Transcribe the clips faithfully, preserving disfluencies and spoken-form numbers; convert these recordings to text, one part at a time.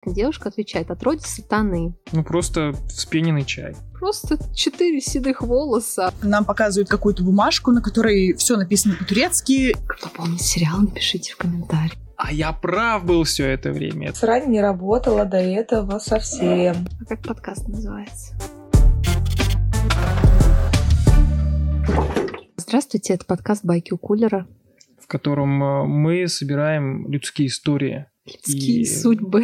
замечательная девушка отвечает: отродье сатаны. Ну, просто вспененный чай. Просто четыре седых волоса. Нам показывают какую-то бумажку, на которой все написано по-турецки. Кто помнит сериал, напишите в комментариях. А я прав был все это время. Срань не работала до этого совсем. А как подкаст называется? Здравствуйте, это подкаст «Байки у кулера», в котором мы собираем людские истории. Людские и... судьбы.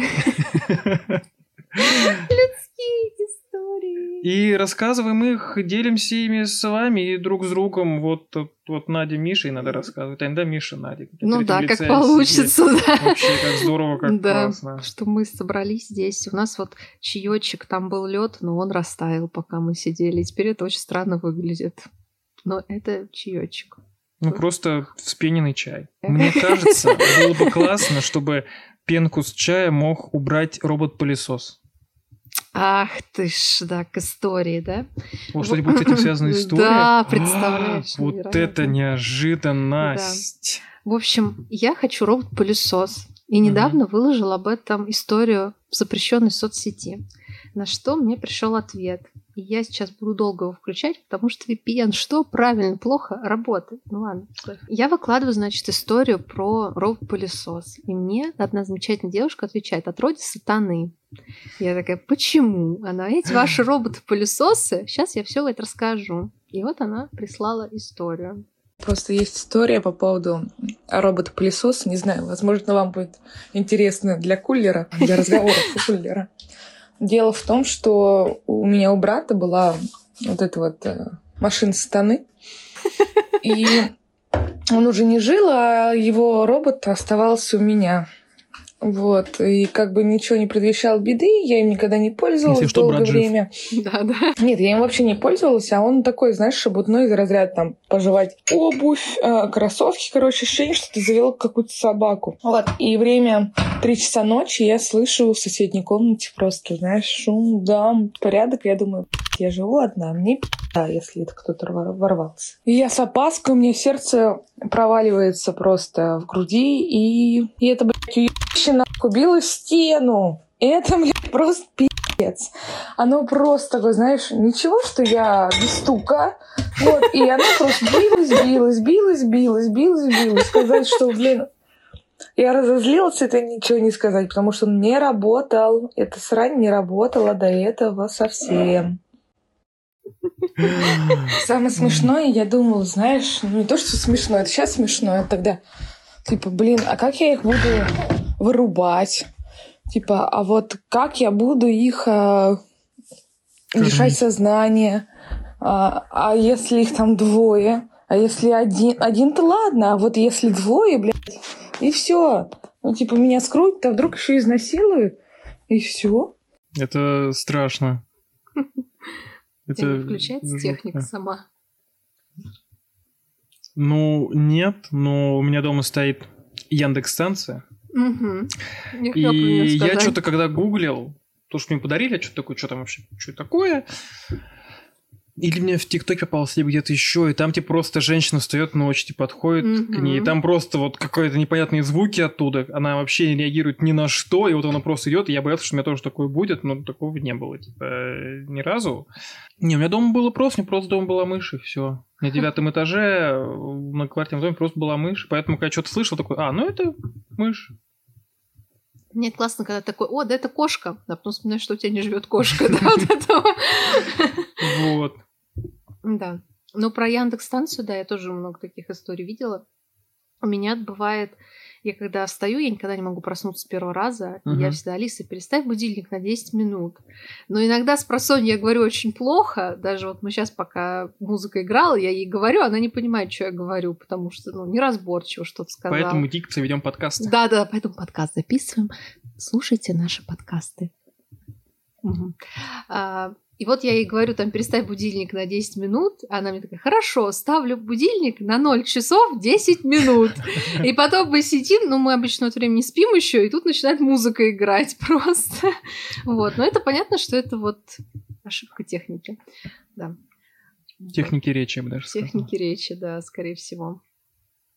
Людские истории. И рассказываем их, делимся ими с вами и друг с другом. Вот, вот Надя Миша, и надо рассказывать. А иногда Миша Надя. Ну да, как получится, да. Вообще, как здорово, как да, классно. Что мы собрались здесь. У нас вот чаечек, там был лед, но он растаял, пока мы сидели. И теперь это очень странно выглядит. Но это чаечек. Ну, просто вспененный чай. Мне кажется, было бы классно, чтобы пенку с чая мог убрать робот-пылесос. Ах ты ж, да, к истории, да? Вот что-нибудь с этим связана история. Да, представляешь. А, вот это неожиданность. Да. В общем, я хочу робот-пылесос. И недавно mm-hmm. выложил об этом историю в запрещенной соцсети. На что мне пришел ответ. И я сейчас буду долго его включать, потому что ви пи эн что? Правильно, плохо работает. Ну ладно. Я выкладываю, значит, историю про робот-пылесос. И мне одна замечательная девушка отвечает: отродье сатаны. Я такая: почему? Она: эти ваши роботы-пылесосы, сейчас я все это расскажу. И вот она прислала историю. Просто есть история по поводу робота-пылесоса. Не знаю, возможно, вам будет интересно для кулера, для разговоров у кулера. Дело в том, что у меня у брата была вот эта вот машина сатаны. И он уже не жил, а его робот оставался у меня. Вот. И как бы ничего не предвещал беды, я им никогда не пользовалась Если долгое что, время. Да, да. Нет, я им вообще не пользовалась, а он такой, знаешь, шебутной из разряда там пожевать обувь, э, кроссовки, короче, ощущение, что ты завел какую-то собаку. Вот. И время три часа ночи я слышу в соседней комнате просто, знаешь, шум, гам, порядок. Я думаю, я живу одна, мне пи***а, если это кто-то ворвался. И я с опаской, у меня сердце проваливается просто в груди, и, и это, блядь, уебище нахуй било в стену. И это, блядь, просто пи***ц. Оно просто такое, знаешь, ничего, что я без стука. Вот, и оно просто билось, билось, билось, билось, билось, билось. Сказать, что, блин, я разозлилась, это ничего не сказать, потому что он не работал. Эта срань не работала до этого совсем. Самое смешное, я думала, знаешь, ну не то, что смешно, это сейчас смешно, это тогда, типа, блин, а как я их буду вырубать? Типа, а вот как я буду их а, лишать сознания? А, а если их там двое? А если один? Один-то ладно, а вот если двое, блядь, и все. Ну, типа, меня скроют, а вдруг еще изнасилуют, и все. Это страшно. Это включается техника сама? Ну, нет, но у меня дома стоит Яндекс-станция. Угу. И я что-то когда гуглил, то, что мне подарили, что-то такое, что там вообще, что это такое? Или мне в ТикТоке попалось, либо где-то еще, и там типа просто женщина встает ночью, типа подходит mm-hmm. к ней, и там просто вот какие-то непонятные звуки оттуда, она вообще не реагирует ни на что, и вот она просто идет, и я боялся, что у меня тоже такое будет, но такого не было, типа, ни разу. Не, у меня дома было просто, у меня просто дома была мышь, и все. На девятом этаже на квартирном доме просто была мышь, поэтому когда что-то слышал, такой, а, ну это мышь. Мне классно, когда такой: о, да это кошка, а потом вспоминаешь, что у тебя не живет кошка, да, вот этого. Вот. Да. Но про Яндекс-станцию, да, я тоже много таких историй видела. У меня бывает, я когда встаю, я никогда не могу проснуться с первого раза. Uh-huh. Я всегда: Алиса, переставь будильник на десять минут. Но иногда с просонья я говорю очень плохо. Даже вот мы сейчас, пока музыка играла, я ей говорю, она не понимает, что я говорю, потому что, ну, неразборчиво что-то сказала. Поэтому дикция, ведем подкасты. Да-да, поэтому подкаст записываем. Слушайте наши подкасты. Угу. А, и вот я ей говорю, там, переставь будильник на десять минут. А она мне такая: хорошо, ставлю будильник на ноль часов десять минут. И потом мы сидим, ну, мы обычно в это время не спим еще, и тут начинает музыка играть просто. Вот. Но это понятно, что это вот ошибка техники. Да. Техники речи, я бы даже сказал. Техники речи, да, скорее всего.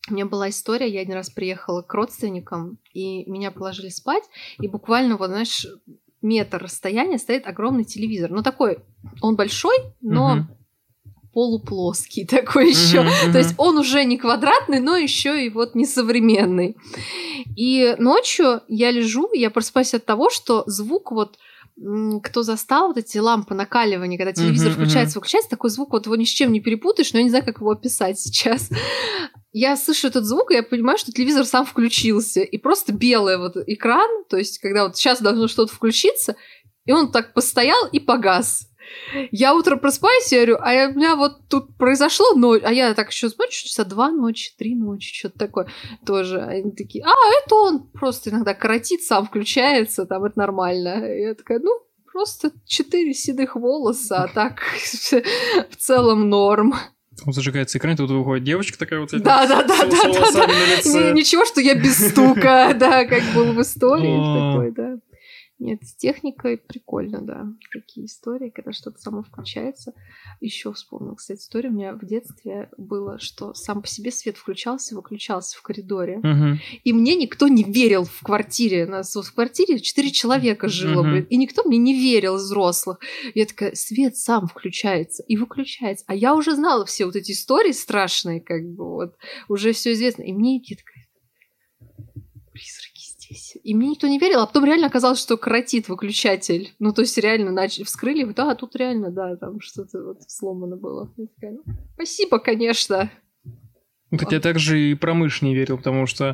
У меня была история, я один раз приехала к родственникам, и меня положили спать, и буквально, вот, знаешь, метр расстояния стоит огромный телевизор. Ну, такой, он большой, но uh-huh. полуплоский такой еще. Uh-huh, uh-huh. То есть он уже не квадратный, но еще и вот не современный. И ночью я лежу, я просыпаюсь от того, что звук вот кто застал вот эти лампы накаливания, когда телевизор uh-huh, включается, uh-huh. выключается, такой звук, вот его ни с чем не перепутаешь, но я не знаю, как его описать сейчас. Я слышу этот звук, и я понимаю, что телевизор сам включился, и просто белый вот экран, то есть когда вот сейчас должно что-то включиться, и он так постоял и погас. Я утром просыпаюсь, я говорю, а у меня вот тут произошло ночь, а я так еще смотрю, часа два ночи, три ночи, что-то такое тоже. Они такие, а, это он просто иногда коротит, сам включается, там это нормально. И я такая, ну, просто четыре седых волоса, а так в целом норм. Он зажигается экран, тут выходит девочка такая вот с волосами на лице. Ничего, что я без стука, да, как был в истории такой, да. Нет, с техникой прикольно, да. Такие истории, когда что-то само включается. Еще вспомнила, кстати, историю. У меня в детстве было, что сам по себе свет включался, выключался в коридоре. Uh-huh. И мне никто не верил в квартире. У нас в квартире четыре человека жило, uh-huh. блин. И никто мне не верил из взрослых. Я такая, свет сам включается и выключается. А я уже знала все вот эти истории страшные, как бы вот. Уже все известно. И мне такая, призраки. И мне никто не верил, а потом реально оказалось, что коротит выключатель. Ну, то есть реально начали, вскрыли, вот, а тут реально, да, там что-то вот сломано было. Я такая, ну, спасибо, конечно. Кстати, я также и про мышь не верил, потому что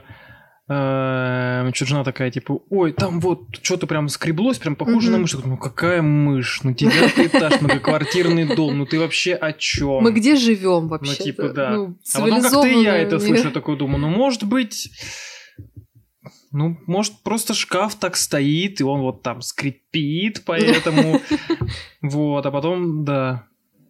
э, что жена такая, типа, ой, там вот что-то прям скреблось, прям похоже mm-hmm. на мышь. Я говорю, ну, какая мышь? Ну, девятый этаж, многоквартирный дом, ну, ты вообще о чем? Мы где живем вообще? Ну, типа, да. Ну, а потом как-то и я это слышу, такой думаю, ну, может быть... Ну, может, просто шкаф так стоит, и он вот там скрипит, поэтому... Вот, а потом, да.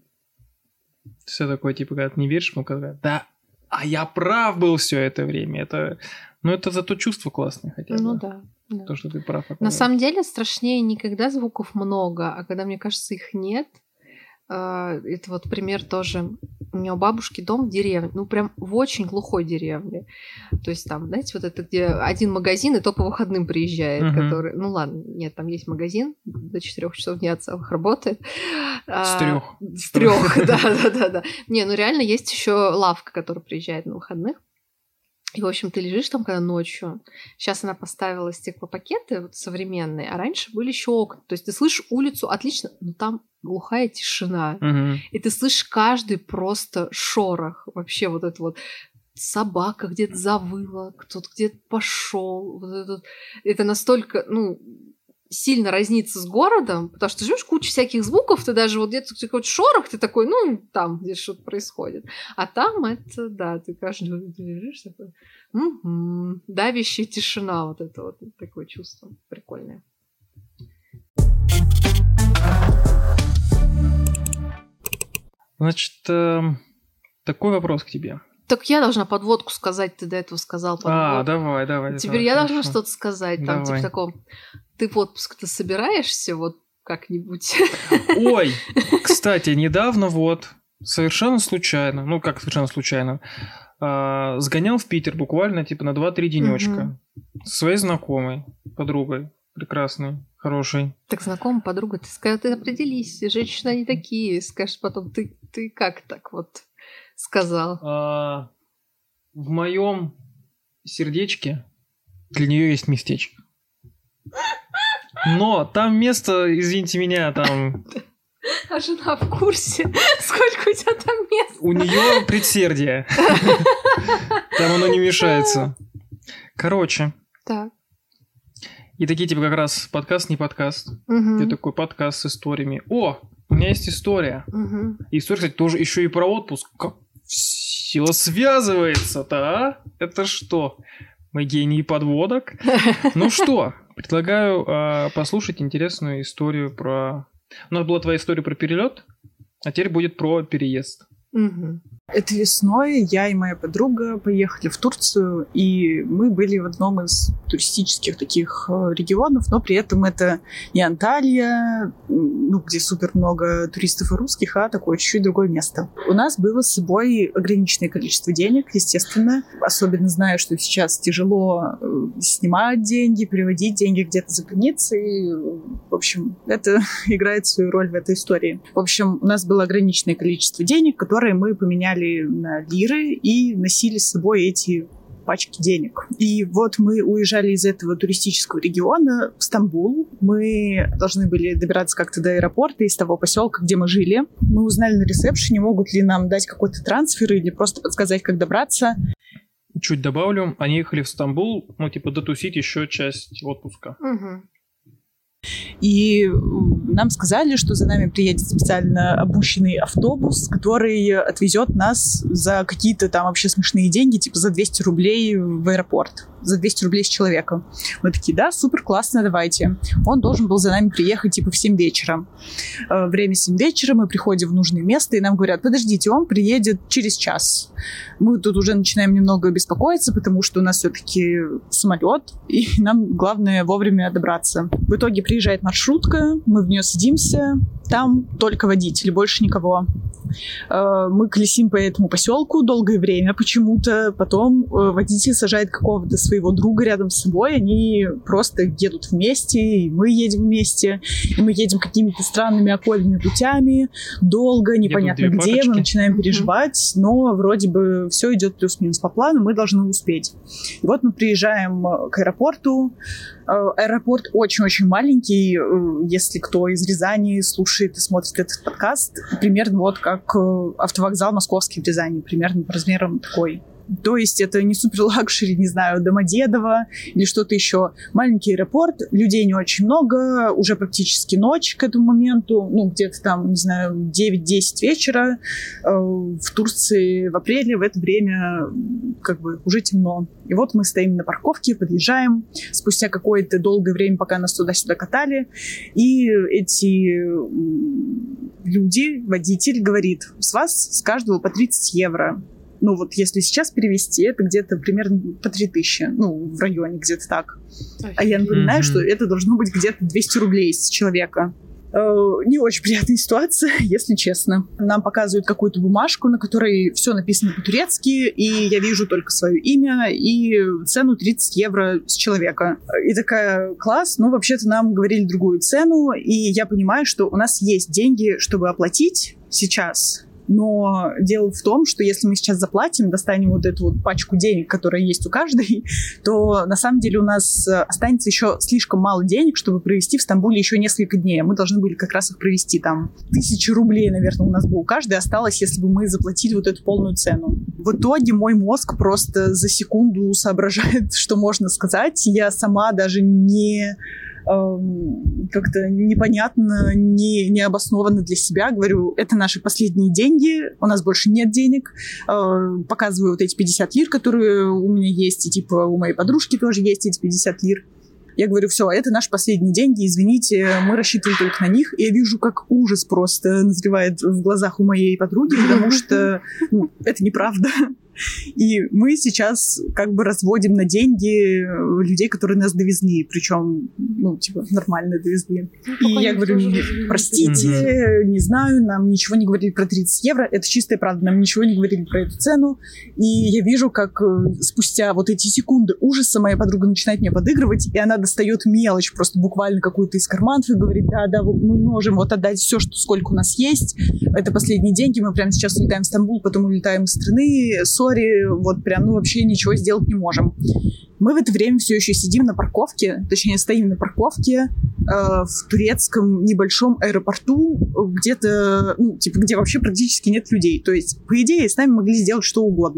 Все такое, типа, когда ты не веришь, ну, когда... Да, а я прав был все это время. Это... Ну, это зато чувство классное хотя бы. Ну, да. да. То, что ты прав. На самом деле, страшнее не когда звуков много, а когда, мне кажется, их нет. Это вот пример тоже. У меня у бабушки дом в деревне, ну прям в очень глухой деревне. То есть там, знаете, вот это где один магазин, и то по выходным приезжает, uh-huh. который... Ну ладно, нет, там есть магазин, до четырех часов дня целых работает. С трех. С трех, да, да, да, да. Не, ну реально есть еще лавка, которая приезжает на выходных. И, в общем, ты лежишь там, когда ночью. Сейчас она поставила стеклопакеты вот, современные, а раньше были еще окна. То есть ты слышишь улицу отлично, но там глухая тишина. Uh-huh. И ты слышишь каждый просто шорох. Вообще вот это вот собака где-то завыла, кто-то где-то пошел. Вот это, это настолько, ну, сильно разнится с городом, потому что ты живешь куча всяких звуков, ты даже вот где-то какой-то шорох, ты такой, ну, там где что-то происходит. А там это, да, ты каждый ты лежишь такой, угу, давящая тишина, вот это вот такое чувство прикольное. Значит, э, такой вопрос к тебе. Так я должна подводку сказать, ты до этого сказал подводку. А, давай, давай. Теперь давай, я хорошо. должна что-то сказать, там, давай. Типа таком, ты в отпуск-то собираешься вот как-нибудь? Ой, кстати, недавно вот, совершенно случайно, ну как совершенно случайно, э, сгонял в Питер буквально типа на два-три денечка угу. со своей знакомой, подругой, прекрасной, хорошей. Так знакомая подруга, ты скажешь, ты определись, женщины они такие, скажешь потом, ты, ты как так вот сказал? А, в моем сердечке для нее есть местечко. Но там место, извините меня, там... А жена в курсе? Сколько у тебя там места? У нее предсердие. Там оно не мешается. Короче. Так. И такие, типа, как раз подкаст, не подкаст. Угу. Я такой подкаст с историями. О, у меня есть история. Угу. И история, кстати, тоже еще и про отпуск. Как все связывается-то, а? Это что? Мы гении подводок? Ну что, предлагаю э, послушать интересную историю про... У нас была твоя история про перелет, а теперь будет про переезд. Угу. Это весной я и моя подруга поехали в Турцию, и мы были в одном из туристических таких регионов, но при этом это не Анталия, ну, где супер много туристов и русских, а такое чуть-чуть другое место. У нас было с собой ограниченное количество денег, естественно, особенно зная, что сейчас тяжело снимать деньги, переводить деньги где-то за границей. В общем, это играет свою роль в этой истории. В общем, у нас было ограниченное количество денег, которые мы поменяли на лиры и носили с собой эти пачки денег. И вот мы уезжали из этого туристического региона в Стамбул. Мы должны были добираться как-то до аэропорта из того поселка, где мы жили. Мы узнали на ресепшене, могут ли нам дать какой-то трансфер или просто подсказать, как добраться. Чуть добавлю, они ехали в Стамбул, ну, типа, дотусить еще часть отпуска. Угу. И нам сказали, что за нами приедет специально обученный автобус, который отвезет нас за какие-то там вообще смешные деньги, типа за двести рублей в аэропорт. За двести рублей с человека. Мы такие, да, супер, классно, давайте. Он должен был за нами приехать типа в семь вечера. Время семь вечера, мы приходим в нужное место, и нам говорят, подождите, он приедет через час. Мы тут уже начинаем немного беспокоиться, потому что у нас все-таки самолет, и нам главное вовремя добраться. В итоге приезжает маршрутка, мы в нее садимся, там только водитель, больше никого. Мы колесим по этому поселку долгое время почему-то, потом водитель сажает какого-то своего друга рядом с собой, они просто едут вместе, и мы едем вместе, и мы едем какими-то странными окольными путями, долго, непонятно где, папочки. Мы начинаем переживать, но вроде бы все идет плюс-минус по плану, мы должны успеть. И вот мы приезжаем к аэропорту. Аэропорт очень-очень маленький, если кто из Рязани слушает и смотрит этот подкаст, примерно вот как автовокзал московский в Рязани, примерно по размерам такой. То есть это не супер лакшери, не знаю, Домодедово или что-то еще. Маленький аэропорт, людей не очень много, уже практически ночь к этому моменту, ну, где-то там, не знаю, девять-десять вечера. В Турции в апреле в это время как бы уже темно. И вот мы стоим на парковке, подъезжаем, спустя какое-то долгое время, пока нас туда-сюда катали, и эти люди, водитель говорит, с вас с каждого по тридцать евро. Ну вот если сейчас перевести, это где-то примерно по три тысячи, ну в районе где-то так. А я напоминаю, mm-hmm. что это должно быть где-то двести рублей с человека. Э, не очень приятная ситуация, если честно. Нам показывают какую-то бумажку, на которой все написано по-турецки, и я вижу только свое имя и цену тридцать евро с человека. И такая, класс, ну вообще-то нам говорили другую цену, и я понимаю, что у нас есть деньги, чтобы оплатить сейчас. Но дело в том, что если мы сейчас заплатим, достанем вот эту вот пачку денег, которая есть у каждой, то на самом деле у нас останется еще слишком мало денег, чтобы провести в Стамбуле еще несколько дней. Мы должны были как раз их провести там. Тысячи рублей, наверное, у нас бы у каждой осталось, если бы мы заплатили вот эту полную цену. В итоге мой мозг просто за секунду соображает, что можно сказать. Я сама даже не... как-то непонятно, не, необоснованно для себя. Говорю, это наши последние деньги, у нас больше нет денег. Показываю вот эти пятьдесят лир, которые у меня есть, и типа у моей подружки тоже есть эти пятьдесят лир. Я говорю, все, это наши последние деньги, извините, мы рассчитывали только на них. И я вижу, как ужас просто назревает в глазах у моей подруги, потому что ну, это неправда. И мы сейчас как бы разводим на деньги людей, которые нас довезли. Причем, ну, типа, нормально довезли. Ну, и я говорю, простите, mm-hmm. не знаю, нам ничего не говорили про тридцать евро. Это чистая правда, нам ничего не говорили про эту цену. И я вижу, как спустя вот эти секунды ужаса моя подруга начинает меня подыгрывать, и она достает мелочь, просто буквально какую-то из карманов, и говорит, да, да, мы можем вот отдать все, что, сколько у нас есть. Это последние деньги, мы прямо сейчас улетаем в Стамбул, потом улетаем из страны, вот прям, ну, вообще ничего сделать не можем. Мы в это время все еще сидим на парковке, точнее, стоим на парковке э, в турецком небольшом аэропорту, где-то, ну, типа, где вообще практически нет людей. То есть, по идее, с нами могли сделать что угодно.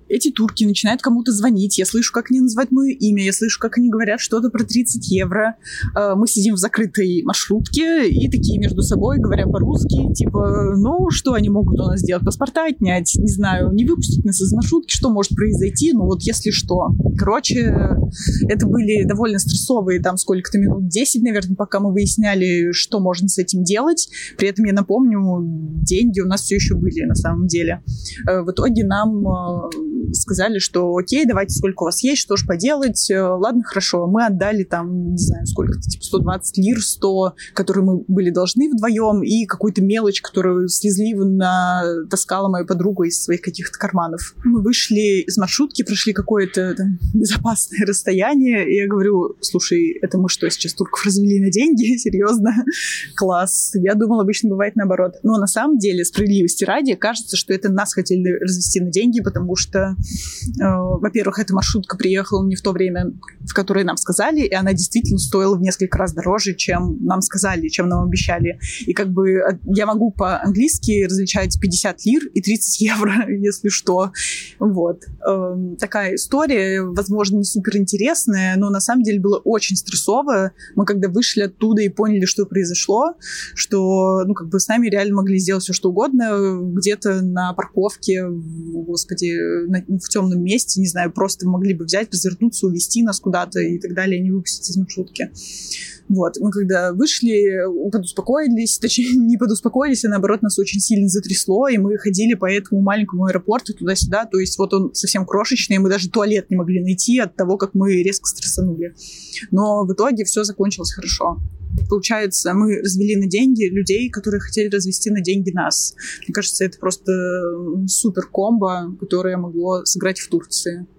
эти турки начинают кому-то звонить, я слышу, как они называют мое имя, я слышу, как они говорят что-то про тридцать евро. Мы сидим в закрытой маршрутке и такие между собой, говоря по-русски, типа, ну, что они могут у нас сделать? Паспорта отнять? Не знаю, не выпустить нас из маршрутки, что может произойти? Ну, вот если что. Короче, это были довольно стрессовые, там, сколько-то минут, десять, наверное, пока мы выясняли, что можно с этим делать. При этом, я напомню, деньги у нас все еще были, на самом деле. В итоге нам сказали, что окей, давайте, сколько у вас есть, что ж поделать. Ладно, хорошо. Мы отдали там, не знаю, сколько-то, типа сто двадцать лир, сто, которые мы были должны вдвоем, и какую-то мелочь, которую слезливо таскала моя подруга из своих каких-то карманов. Мы вышли из маршрутки, прошли какое-то там безопасное расстояние, и я говорю, слушай, это мы что, сейчас турков развели на деньги? Серьезно? Класс. Я думала, обычно бывает наоборот. Но на самом деле, справедливости ради, кажется, что это нас хотели развести на деньги, потому что, э, во-первых, эта маршрутка приехала не в то время, в которое нам сказали, и она действительно стоила в несколько раз дороже, чем нам сказали, чем нам обещали. И как бы я могу по-английски различать пятьдесят лир и тридцать евро, если что. Вот. Э, такая история, возможно, не супер интересная, но на самом деле было очень стрессово. Мы когда вышли оттуда и поняли, что произошло, что, ну, как бы с нами реально могли сделать все, что угодно, где-то на парковке, господи, на, в темном месте, не знаю, просто могли бы взять, развернуться, увезти нас куда-то и так далее, не выпустить из маршрутки. Вот. Мы когда вышли, подуспокоились, точнее, не подуспокоились, а наоборот, нас очень сильно затрясло, и мы ходили по этому маленькому аэропорту туда-сюда, то есть вот он совсем крошечный, и мы даже туалет не могли найти от того, как мы резко стрессанули. Но в итоге все закончилось хорошо. Получается, мы развели на деньги людей, которые хотели развести на деньги нас. Мне кажется, это просто супер комбо, которое могло сыграть в Турции.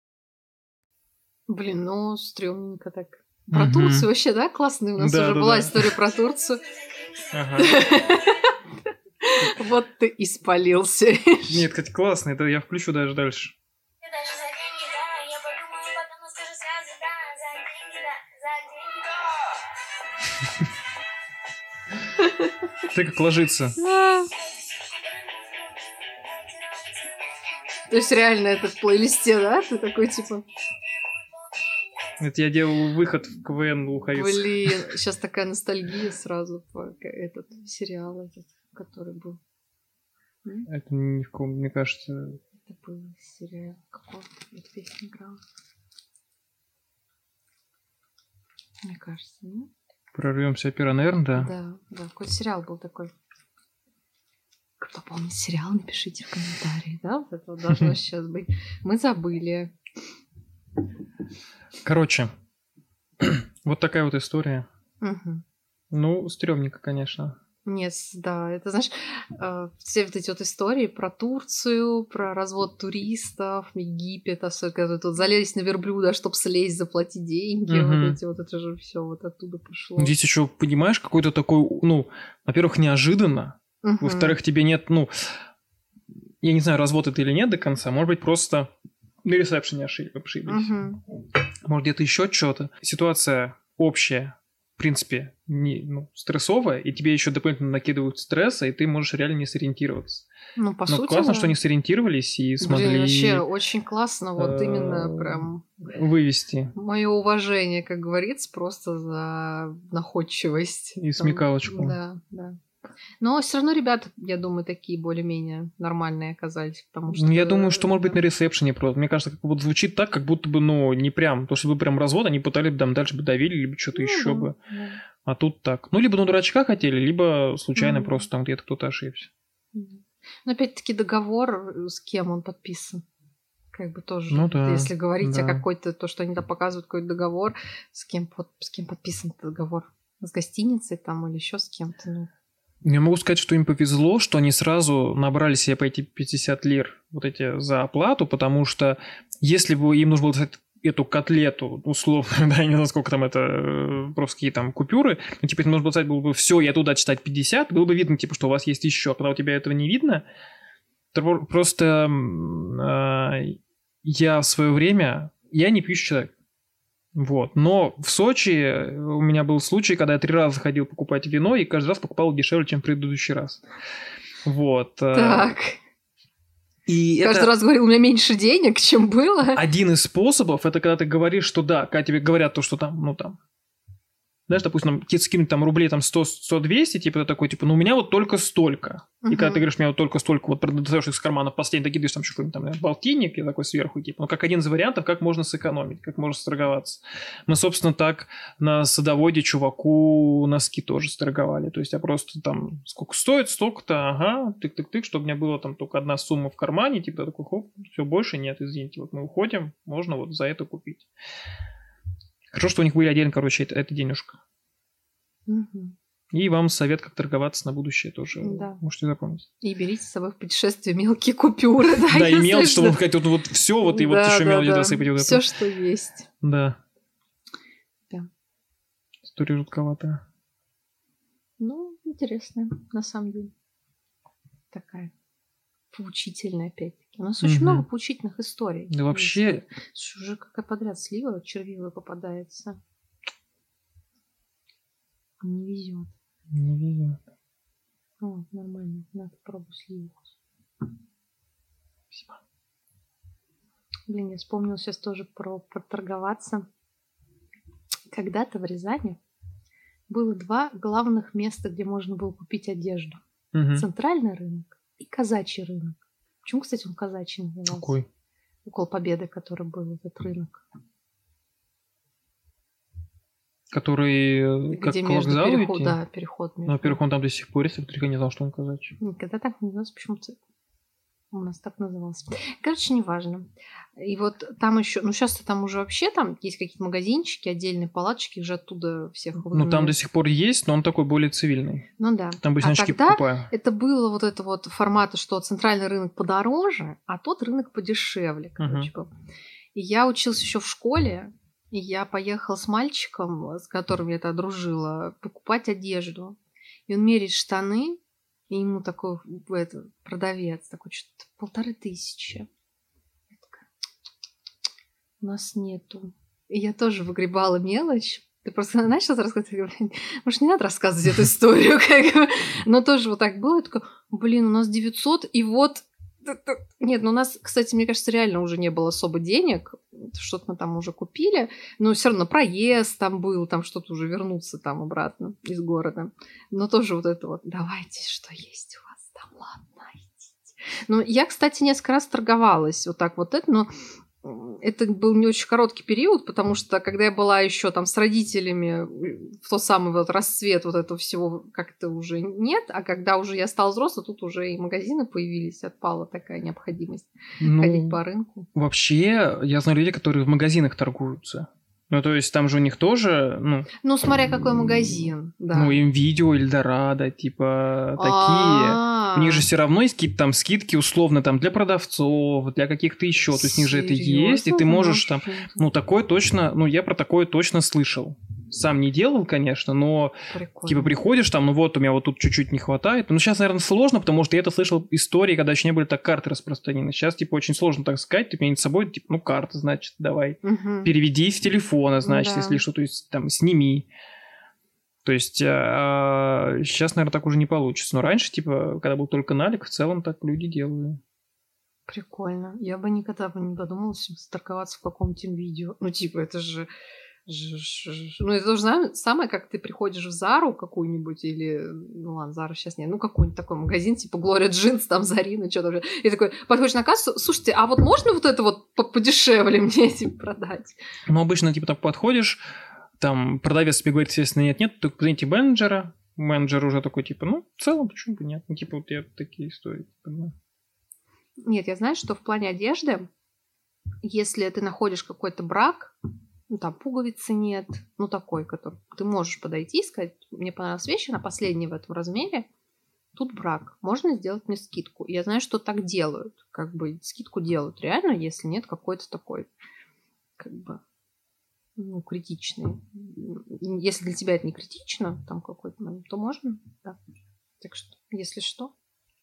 Блин, ну, стрёмненько так. Про угу. Турцию вообще, да? Классная у нас да, уже да, была да. история про Турцию. Вот ты и спалился. Нет, кстати, классно. Это я включу даже дальше. Ты как ложится. То есть реально это в плейлисте, да? Ты такой типа... Это я делал выход в КВН Луховиц. Блин, сейчас такая ностальгия сразу по этот сериал этот, который был. М? Это ни в ком, мне кажется... Это был сериал. Какой-то эта песня играла. Мне кажется, нет? Прорвемся опера, наверное, да? Да, да. Какой-то сериал был такой. Кто помнит сериал, напишите в комментарии, да? Вот это должно сейчас быть. Мы забыли. Короче, вот такая вот история. Угу. Ну, стрёмненько, конечно. Нет, да, это, знаешь, э, все вот эти вот истории про Турцию, про развод туристов, Египет, особенно когда тут залезть на верблюда, чтобы слезть, заплатить деньги, угу. вот эти вот, это же все вот оттуда пошло. Здесь еще, понимаешь, какой-то такой, ну, во-первых, неожиданно, угу. во-вторых, тебе нет, ну, я не знаю, развод это или нет до конца, может быть, просто на ресепшене ошиблись. Угу. Может, где-то еще что-то. Ситуация общая, в принципе, не, ну, стрессовая, и тебе еще дополнительно накидывают стресса, и ты можешь реально не сориентироваться. Ну, по Но сути, классно, да. что они сориентировались и смогли... Блин, вообще очень классно, вот именно прям... Вывести. Мое уважение, как говорится, просто за находчивость. И смекалочку. Да, да. Но все равно ребята, я думаю, такие более-менее нормальные оказались, потому что... Я думаю, что, может быть, на ресепшене просто. Мне кажется, как вот звучит так, как будто бы, ну, не прям. То, что бы прям развод, они пытались бы там дальше бы давили, либо что-то ну, еще да, бы. Да. А тут так. Ну, либо на дурачка хотели, либо случайно mm-hmm. просто там где-то кто-то ошибся. Mm-hmm. Но опять-таки договор, с кем он подписан. Как бы тоже, ну, да, если говорить да. о какой-то, то, что они там показывают, какой-то договор, с кем, с кем подписан этот договор? С гостиницей там или еще с кем-то, ну... Я могу сказать, что им повезло, что они сразу набрали себе по эти пятьдесят лир вот эти за оплату, потому что если бы им нужно было достать эту котлету, условно, да, я не знаю, сколько там это, просто какие там купюры, но теперь нужно было сказать, было бы все, я туда читать пятьдесят, было бы видно, типа, что у вас есть еще. А когда у тебя этого не видно, то просто э, я в свое время, я не пьющий человек. Вот. Но в Сочи у меня был случай, когда я три раза ходил покупать вино, и каждый раз покупал дешевле, чем в предыдущий раз. Вот. Так. И Каждый это... раз говорил, у меня меньше денег, чем было. Один из способов, это когда ты говоришь, что да, когда тебе говорят то, что там, ну там, знаешь, допустим, тебе скинуть там рублей там сто двести, типа ты такой, типа, ну у меня вот только столько. Uh-huh. И когда ты говоришь, у меня вот только столько, вот достаешь из кармана последний, докидываешь там еще какой-нибудь там полтинник, и такой сверху, типа, ну как один из вариантов, как можно сэкономить, как можно сторговаться. Мы, собственно, так на садоводе чуваку носки тоже сторговали. То есть я просто там, сколько стоит, столько-то, ага, тык-тык-тык, чтобы у меня было там только одна сумма в кармане, типа такой, хоп, все, больше нет, извините, вот мы уходим, можно вот за это купить. Хорошо, что у них были отдельно, короче, это, это денежка. Угу. И вам совет, как торговаться на будущее тоже. Да. Можете запомнить. И берите с собой в путешествие мелкие купюры. Да, да и мелочь, чтобы сказать, вот, вот все, вот и да, вот еще да, мелочь да. досыпать. Вот все, что есть. Да. Да. История жутковатая. Ну, интересная, на самом деле. Такая. Поучительная, опять-таки. У нас угу. очень много поучительных историй. Да вообще... Слушай, уже какая подряд слива червивая попадается. Не везет. Не везет. О, нормально. Надо попробовать сливу. Спасибо. Блин, я вспомнила сейчас тоже про поторговаться. Когда-то в Рязани было два главных места, где можно было купить одежду. Угу. Центральный рынок и казачий рынок. Почему, кстати, он казачий назывался? Какой? Около Победы, который был этот рынок. Который где как к вокзалу переход, идти? Да, переход. Между... Ну, во-первых, он там до сих пор есть, во-вторых, я не знал, что он казачий. Никогда так не назывался, почему-то у нас так назывался. Короче, неважно. И вот там еще, ну сейчас там уже вообще там есть какие-то магазинчики, отдельные палаточки, их же оттуда всех выгнали. Ну там до сих пор есть, но он такой более цивильный. Ну да. Там обычно а очки тогда покупаю. Это было вот это вот формата, что центральный рынок подороже, а тот рынок подешевле, короче. Uh-huh. И я училась еще в школе, и я поехала с мальчиком, с которым я тогда дружила, покупать одежду. И он меряет штаны, и ему такой это, продавец, такой, что-то полторы тысячи. Я такая, у нас нету. И я тоже выгребала мелочь. Ты просто, знаешь, что-то рассказывать? Может, не надо рассказывать эту историю? Но тоже вот так было. Я такая, блин, у нас девятьсот, и вот... Нет, ну у нас, кстати, мне кажется, реально уже не было особо денег. Что-то мы там уже купили. Но все равно проезд там был, там что-то уже вернуться там обратно из города. Но тоже вот это вот, давайте, что есть у вас там, ладно, идите. Ну, я, кстати, несколько раз торговалась вот так вот это, но это был не очень короткий период, потому что когда я была еще там с родителями, в тот самый вот расцвет вот этого всего как-то уже нет, а когда уже я стала взрослой, тут уже и магазины появились, отпала такая необходимость ну, ходить по рынку. Вообще, я знаю людей, которые в магазинах торгуются. Ну, то есть там же у них тоже, ну... Ну, смотря какой магазин, да. Ну, им видео, Эльдорадо, типа, такие. У них же все равно есть какие-то там скидки, условно, там, для продавцов, для каких-то еще. То есть у них же это есть, и ты можешь там... Ну, такое точно... Ну, я про такое точно слышал. Сам не делал, конечно, но прикольно. Типа приходишь там, ну вот, у меня вот тут чуть-чуть не хватает. Ну, сейчас, наверное, сложно, потому что я это слышал истории, когда еще не были так карты распространены. Сейчас, типа, очень сложно так сказать. Ты меня с собой, типа, ну, карта, значит, давай. Угу. Переведи с телефона, значит, да. Если что, то есть, там, сними. То есть, а, сейчас, наверное, так уже не получится. Но раньше, типа, когда был только налик, в целом так люди делали. Прикольно. Я бы никогда бы не подумала торговаться в каком-то видео. Ну, типа, это же... Ну, это то же самое, как ты приходишь в Зару какую-нибудь или... Ну, ладно, Зара сейчас нет. Ну, какой-нибудь такой магазин, типа Глория Джинс, там, Зарина, что-то вообще. И такой, подходишь на кассу, слушайте, а вот можно вот это вот подешевле мне, типа, продать? Ну, обычно, типа, так подходишь, там, продавец тебе говорит, естественно, нет-нет, только позовите менеджера. Менеджер уже такой, типа, ну, в целом, почему бы нет? Ну, типа, вот я такие истории, типа, Нет, я знаю, что в плане одежды, если ты находишь какой-то брак, ну, там пуговицы нет, ну, такой, который ты можешь подойти и сказать, мне понравилась вещь, она последняя в этом размере, тут брак, можно сделать мне скидку. Я знаю, что так делают, как бы скидку делают реально, если нет какой-то такой, как бы, ну, критичный. Если для тебя это не критично, там какой-то момент, то можно, да. Так что, если что.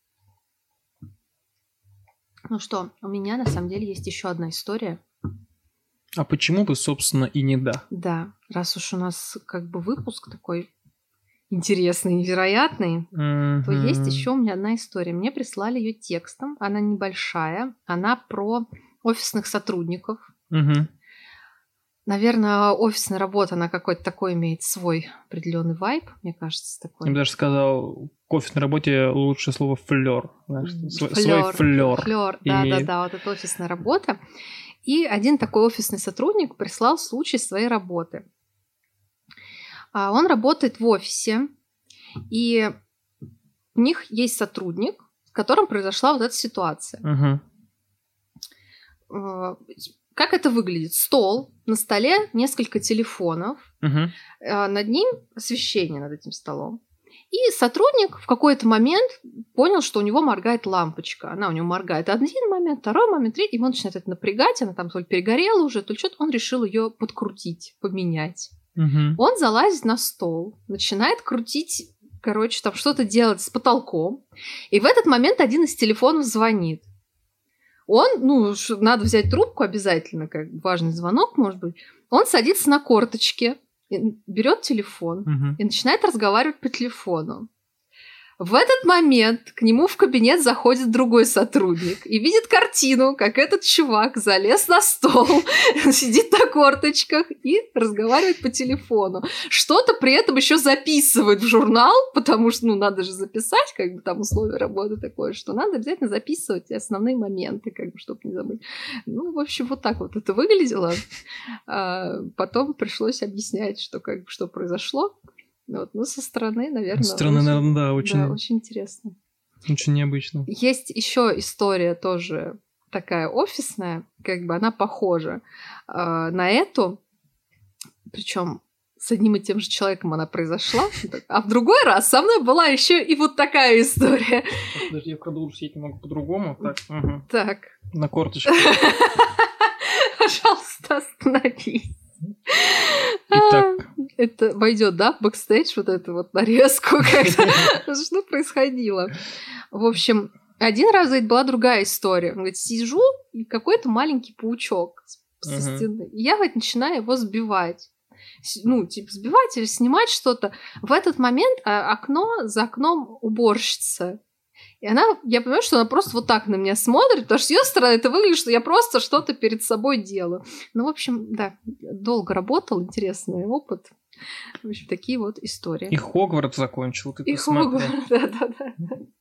Ну что, у меня на самом деле есть еще одна история. А почему бы, собственно, и не да? Да, раз уж у нас как бы выпуск такой интересный, невероятный, Mm-hmm. то есть еще у меня одна история. Мне прислали ее текстом. Она небольшая. Она про офисных сотрудников. Mm-hmm. Наверное, офисная работа, она какой-то такой имеет свой определенный вайб, мне кажется, такой. Я бы даже сказал, к офисной работе лучшее слово флёр. Свой Флёр. флёр. Флёр, да-да-да, вот это офисная работа. И один такой офисный сотрудник прислал случай своей работы. Он работает в офисе, и у них есть сотрудник, с которым произошла вот эта ситуация. Угу. Как это выглядит? Стол, на столе несколько телефонов, угу. над ним освещение над этим столом. И сотрудник в какой-то момент понял, что у него моргает лампочка. Она у него моргает один момент, второй момент, третий. И он начинает это напрягать. Она там то ли перегорела уже, то ли что-то. Он решил ее подкрутить, поменять. Угу. Он залазит на стол, начинает крутить, короче, там что-то делать с потолком. И в этот момент один из телефонов звонит. Он, ну, надо взять трубку обязательно, как важный звонок, может быть. Он садится на корточки, берет телефон uh-huh. и начинает разговаривать по телефону. В этот момент к нему в кабинет заходит другой сотрудник и видит картину, как этот чувак залез на стол, сидит на корточках и разговаривает по телефону. Что-то при этом еще записывает в журнал, потому что, ну, надо же записать, как бы там условия работы такое, что надо обязательно записывать основные моменты, как бы, чтобы не забыть. Ну, в общем, вот так вот это выглядело. А потом пришлось объяснять, что, как бы, что произошло. Вот. Ну, со стороны, наверное... Со стороны, очень, наверное, да, очень... Да, очень интересно. Очень необычно. Есть еще история тоже такая офисная, как бы она похожа э, на эту, причем с одним и тем же человеком она произошла, а в другой раз со мной была еще и вот такая история. Подожди, я продолжу сидеть немного по-другому. Так. Угу. Так. На корточке. Пожалуйста, остановись. Итак. Это войдет, да, в бэкстейдж, вот эту вот нарезку, когда что происходило. В общем, один раз это была другая история. Он говорит, сижу, и какой-то маленький паучок со uh-huh. стены. И я вот начинаю его сбивать. Ну, типа, сбивать или снимать что-то. В этот момент окно, за окном уборщица. И она, я понимаю, что она просто вот так на меня смотрит, потому что с её стороны это выглядит, что я просто что-то перед собой делаю. Ну, в общем, да, долго работал, интересный опыт. В общем, такие вот истории. И Хогвартс закончил, ты И посмотри. Хогвартс, да-да-да.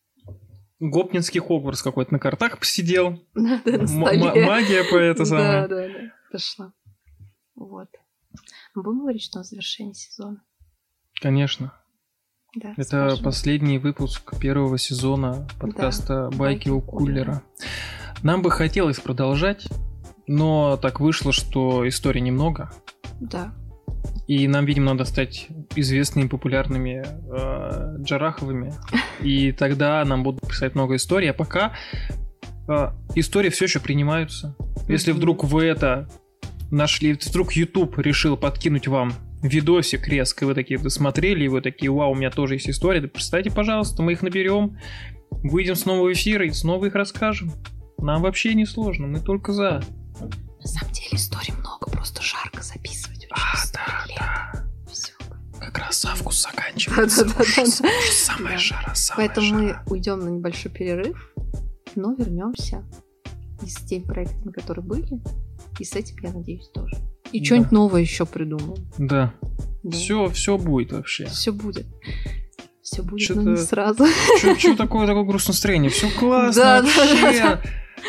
Гопнинский Хогвартс какой-то на картах посидел. Да, да, на столе. М- магия по это самое. Да-да-да, пошла. Вот. Мы будем говорить, что на завершении сезона? Конечно. Да, это скажем. Последний выпуск первого сезона подкаста да, «Байки у кулера». Нам бы хотелось продолжать, но так вышло, что историй немного. Да. И нам, видимо, надо стать известными, популярными э, Джараховыми. И тогда нам будут писать много историй. А пока э, истории все еще принимаются. Если вдруг вы это нашли, вдруг YouTube решил подкинуть вам видосик резко, и вы такие досмотрели, и вы такие, вау, у меня тоже есть история, да представьте, пожалуйста, мы их наберем, выйдем снова в эфир и снова их расскажем. Нам вообще не сложно, мы только за. На самом деле историй много, просто жарко записывать. А, да, лет. да. Всё. Как раз август заканчивается. Да, да, да, ужас, да. ужас, самая Да. жара, самая Поэтому жара. мы уйдем на небольшой перерыв, но вернемся и с теми проектами, которые были, и с этим, я надеюсь, тоже. И Да. что-нибудь новое еще придумаем. Да. Да. Все, все будет вообще. Все будет. Все будет, Чё-то- но не сразу. Что такое такое грустное настроение? Все классно Да, да, вообще. да,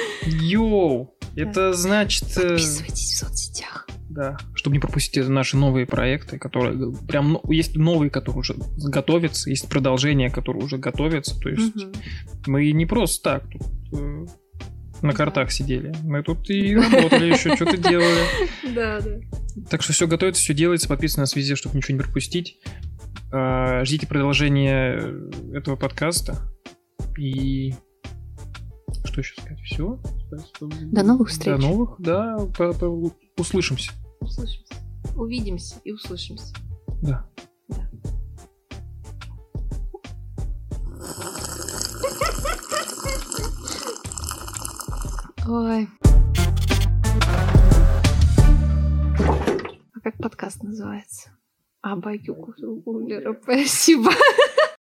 Йоу. Это значит... э, Подписывайтесь в соцсетях. Да, чтобы не пропустить наши новые проекты, которые прям ну, есть новые, которые уже готовятся, есть продолжения, которые уже готовятся. То есть Мгм. мы не просто так тут э, на картах сидели, мы тут и работали еще, что-то делали. Да, да. Так что все готовится, все делается, подписывайтесь на нас везде, чтобы ничего не пропустить. А, Ждите продолжения этого подкаста. И что еще сказать? Все. До новых встреч. До новых, да. по- по- Услышимся. Услышимся. Увидимся и услышимся. Да. Да. Ой. А как подкаст называется? А баюкулера, спасибо.